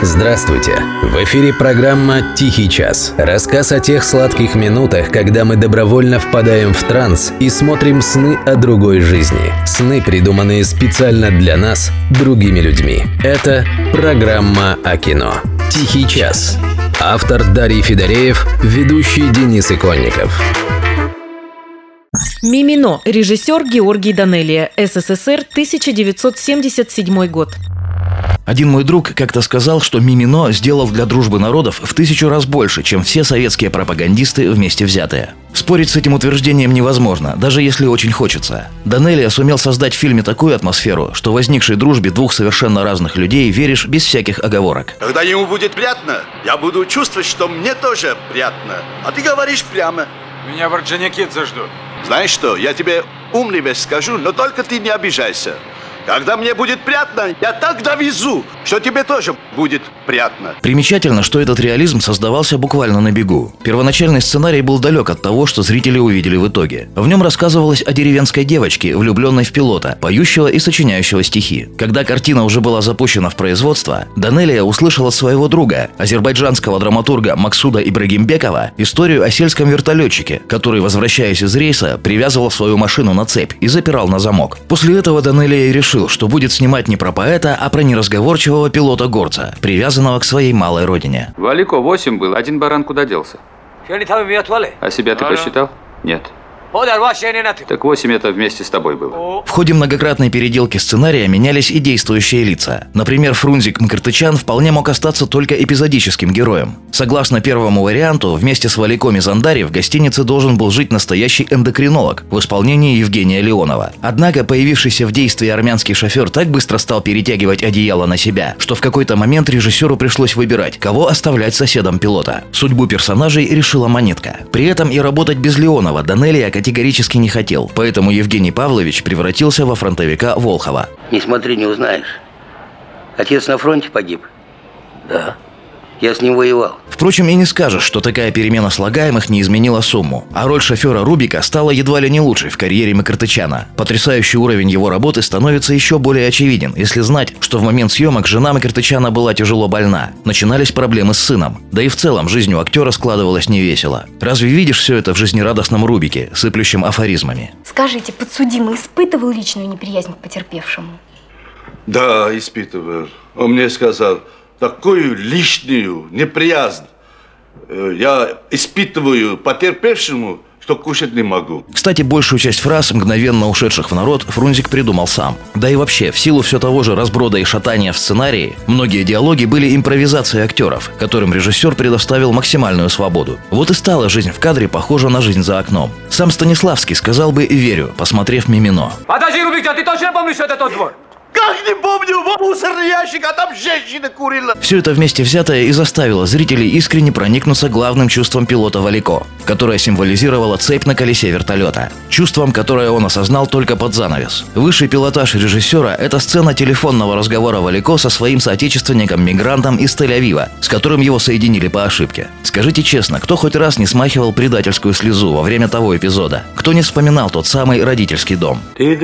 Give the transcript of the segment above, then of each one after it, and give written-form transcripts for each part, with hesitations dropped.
Здравствуйте! В эфире программа «Тихий час». Рассказ о тех сладких минутах, когда мы добровольно впадаем в транс и смотрим сны о другой жизни. Сны, придуманные специально для нас, другими людьми. Это программа о кино. «Тихий час». Автор Дарий Федореев, ведущий Денис Иконников. «Мимино», режиссер Георгий Данелия, СССР, 1977 год. Один мой друг как-то сказал, что «Мимино» сделал для дружбы народов в 1000 раз больше, чем все советские пропагандисты вместе взятые. Спорить с этим утверждением невозможно, даже если очень хочется. Данелия сумел создать в фильме такую атмосферу, что возникшей дружбе двух совершенно разных людей веришь без всяких оговорок. Когда ему будет приятно, я буду чувствовать, что мне тоже приятно. А ты говоришь прямо. Меня в Орджоникидзе ждут. Знаешь что, я тебе умный вещь скажу, но только ты не обижайся. Когда мне будет приятно, я так довезу, что тебе тоже будет приятно. Примечательно, что этот реализм создавался буквально на бегу. Первоначальный сценарий был далек от того, что зрители увидели в итоге. В нем рассказывалось о деревенской девочке, влюбленной в пилота, поющего и сочиняющего стихи. Когда картина уже была запущена в производство, Данелия услышал от своего друга, азербайджанского драматурга Максуда Ибрагимбекова, историю о сельском вертолетчике, который, возвращаясь из рейса, привязывал свою машину на цепь и запирал на замок. После этого Данелия и решил, что будет снимать не про поэта, а про неразговорчивого пилота-горца, привязанного к своей малой родине. В Алико 8 был, один баран куда делся? А себя ты посчитал? Нет. Так 8 это вместе с тобой было. В ходе многократной переделки сценария менялись и действующие лица. Например, Фрунзик Мкртычан вполне мог остаться только эпизодическим героем. Согласно первому варианту, вместе с Валико Мизандари в гостинице должен был жить настоящий эндокринолог в исполнении Евгения Леонова. Однако появившийся в действии армянский шофер так быстро стал перетягивать одеяло на себя, что в какой-то момент режиссеру пришлось выбирать, кого оставлять соседом пилота. Судьбу персонажей решила монетка. При этом и работать без Леонова Данелия категорически не хотел, поэтому Евгений Павлович превратился во фронтовика Волхова. Не смотри, не узнаешь. Отец на фронте погиб? Да. Я с ним воевал. Впрочем, и не скажешь, что такая перемена слагаемых не изменила сумму. А роль шофера Рубика стала едва ли не лучшей в карьере Мкртычана. Потрясающий уровень его работы становится еще более очевиден, если знать, что в момент съемок жена Мкртычана была тяжело больна. Начинались проблемы с сыном. Да и в целом жизнь у актера складывалась невесело. Разве видишь все это в жизнерадостном Рубике, сыплющем афоризмами? Скажите, подсудимый испытывал личную неприязнь к потерпевшему? Да, испытывал. Он мне сказал, такую лишнюю неприязнь я испытываю потерпевшему, что кушать не могу. Кстати, большую часть фраз, мгновенно ушедших в народ, Фрунзик придумал сам. Да и вообще, в силу все того же разброда и шатания в сценарии, многие диалоги были импровизацией актеров, которым режиссер предоставил максимальную свободу. Вот и стала жизнь в кадре похожа на жизнь за окном. Сам Станиславский сказал бы «верю», посмотрев «Мимино». Подожди, Рубик, ты точно помнишь, что это тот двор? Как не помню, мусорный ящик, а там женщина курила. Все это вместе взятое и заставило зрителей искренне проникнуться главным чувством пилота Валико, которое символизировало цепь на колесе вертолета. Чувством, которое он осознал только под занавес. Высший пилотаж режиссера – это сцена телефонного разговора Валико со своим соотечественником-мигрантом из Тель-Авива, с которым его соединили по ошибке. Скажите честно, кто хоть раз не смахивал предательскую слезу во время того эпизода? Кто не вспоминал тот самый родительский дом?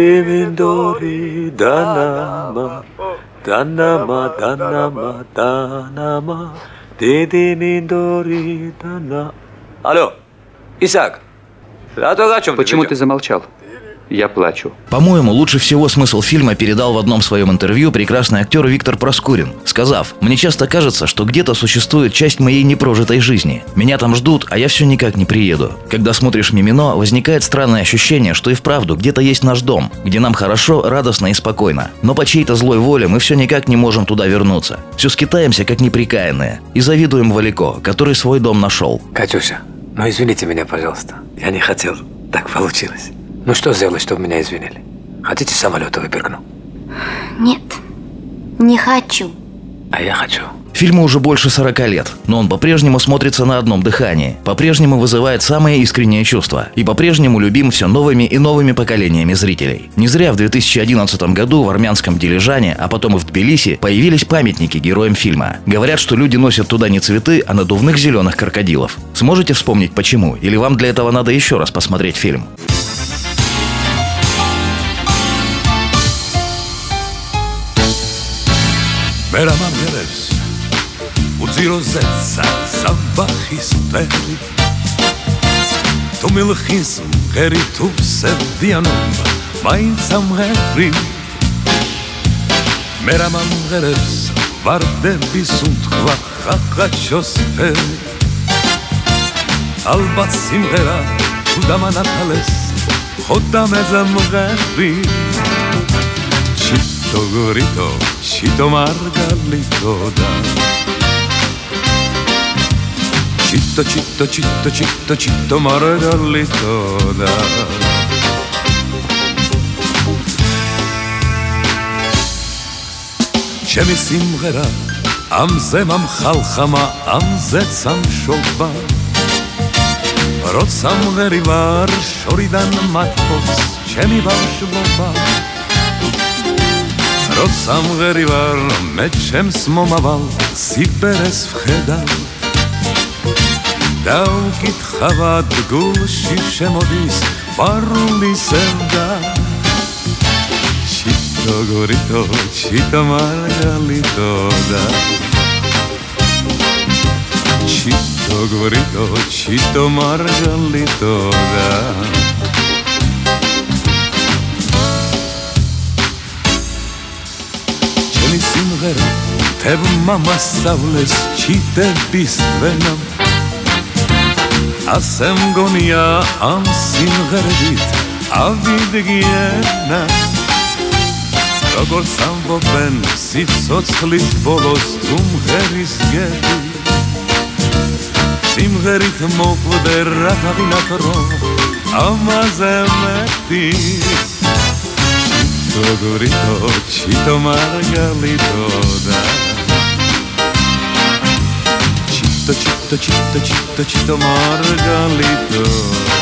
Алло, Исаак, Почему ты замолчал? Я плачу. По-моему, лучше всего смысл фильма передал в одном своем интервью прекрасный актер Виктор Проскурин, сказав: «Мне часто кажется, что где-то существует часть моей непрожитой жизни. Меня там ждут, а я все никак не приеду. Когда смотришь «Мимино», возникает странное ощущение, что и вправду где-то есть наш дом, где нам хорошо, радостно и спокойно. Но по чьей-то злой воле мы все никак не можем туда вернуться. Все скитаемся, как неприкаянные. И завидуем Валико, который свой дом нашел». Катюша, ну извините меня, пожалуйста. Я не хотел. Так получилось. Ну что сделать, чтобы меня извинили? Хотите, самолета выпрыгну? Нет, не хочу. А я хочу. Фильму уже больше 40 лет, но он по-прежнему смотрится на одном дыхании, по-прежнему вызывает самые искренние чувства и по-прежнему любим все новыми и новыми поколениями зрителей. Не зря в 2011 году в армянском Дилижане, а потом и в Тбилиси, появились памятники героям фильма. Говорят, что люди носят туда не цветы, а надувных зеленых крокодилов. Сможете вспомнить почему? Или вам для этого надо еще раз посмотреть фильм? ברמה פרץ, უძიროზეცა საბახის ტერი თუ მილხის მღერი თუ სევდიანობა მაინც ამღერი მე რა მომღერებს ვარდების უთქვა ხახაჩოს ფერი ალბათ სიმღერა თუ დამანათალეს ხოდამეზე მღერი ჩიტო გორიტო ჩიტო მარგალიტო და ჩიტო ჩიტო ჩიტო ჩიტო ჩიტო მარგალიტო და ჩემი სიმღერა ამზე მომხალხამა ამზეც ამშობა როცა მღერი ვარ შორიდან მათბობს ჩემი ბავშვობა როცა მღერი ვარ მე ჩემს მომავალ სიბერეს ვხედავ და უკითხავად გულში შემოდის პარული სევდა ჩიტო გორიტო ჩიტო მარგალიტო და ჩიტო გორიტო ჩიტო მარგალიტო და ჩემი სიმღერა თებმა მასწავლეს ჩიტების ვენამ ასე მგონია ამ სიმღერებით ავიდგიენა როგორც ამბობენ სიცოცხლის ბოლოს თუ მღერის გები სიმღერით მოკვდე რაღაცნაირად რომ ამაზე მეტი ჩიტო გორიტო ჩიტო მარგალიტო და ჩიტო ჩიტო ჩიტო ჩიტო ჩიტო მარგალიტო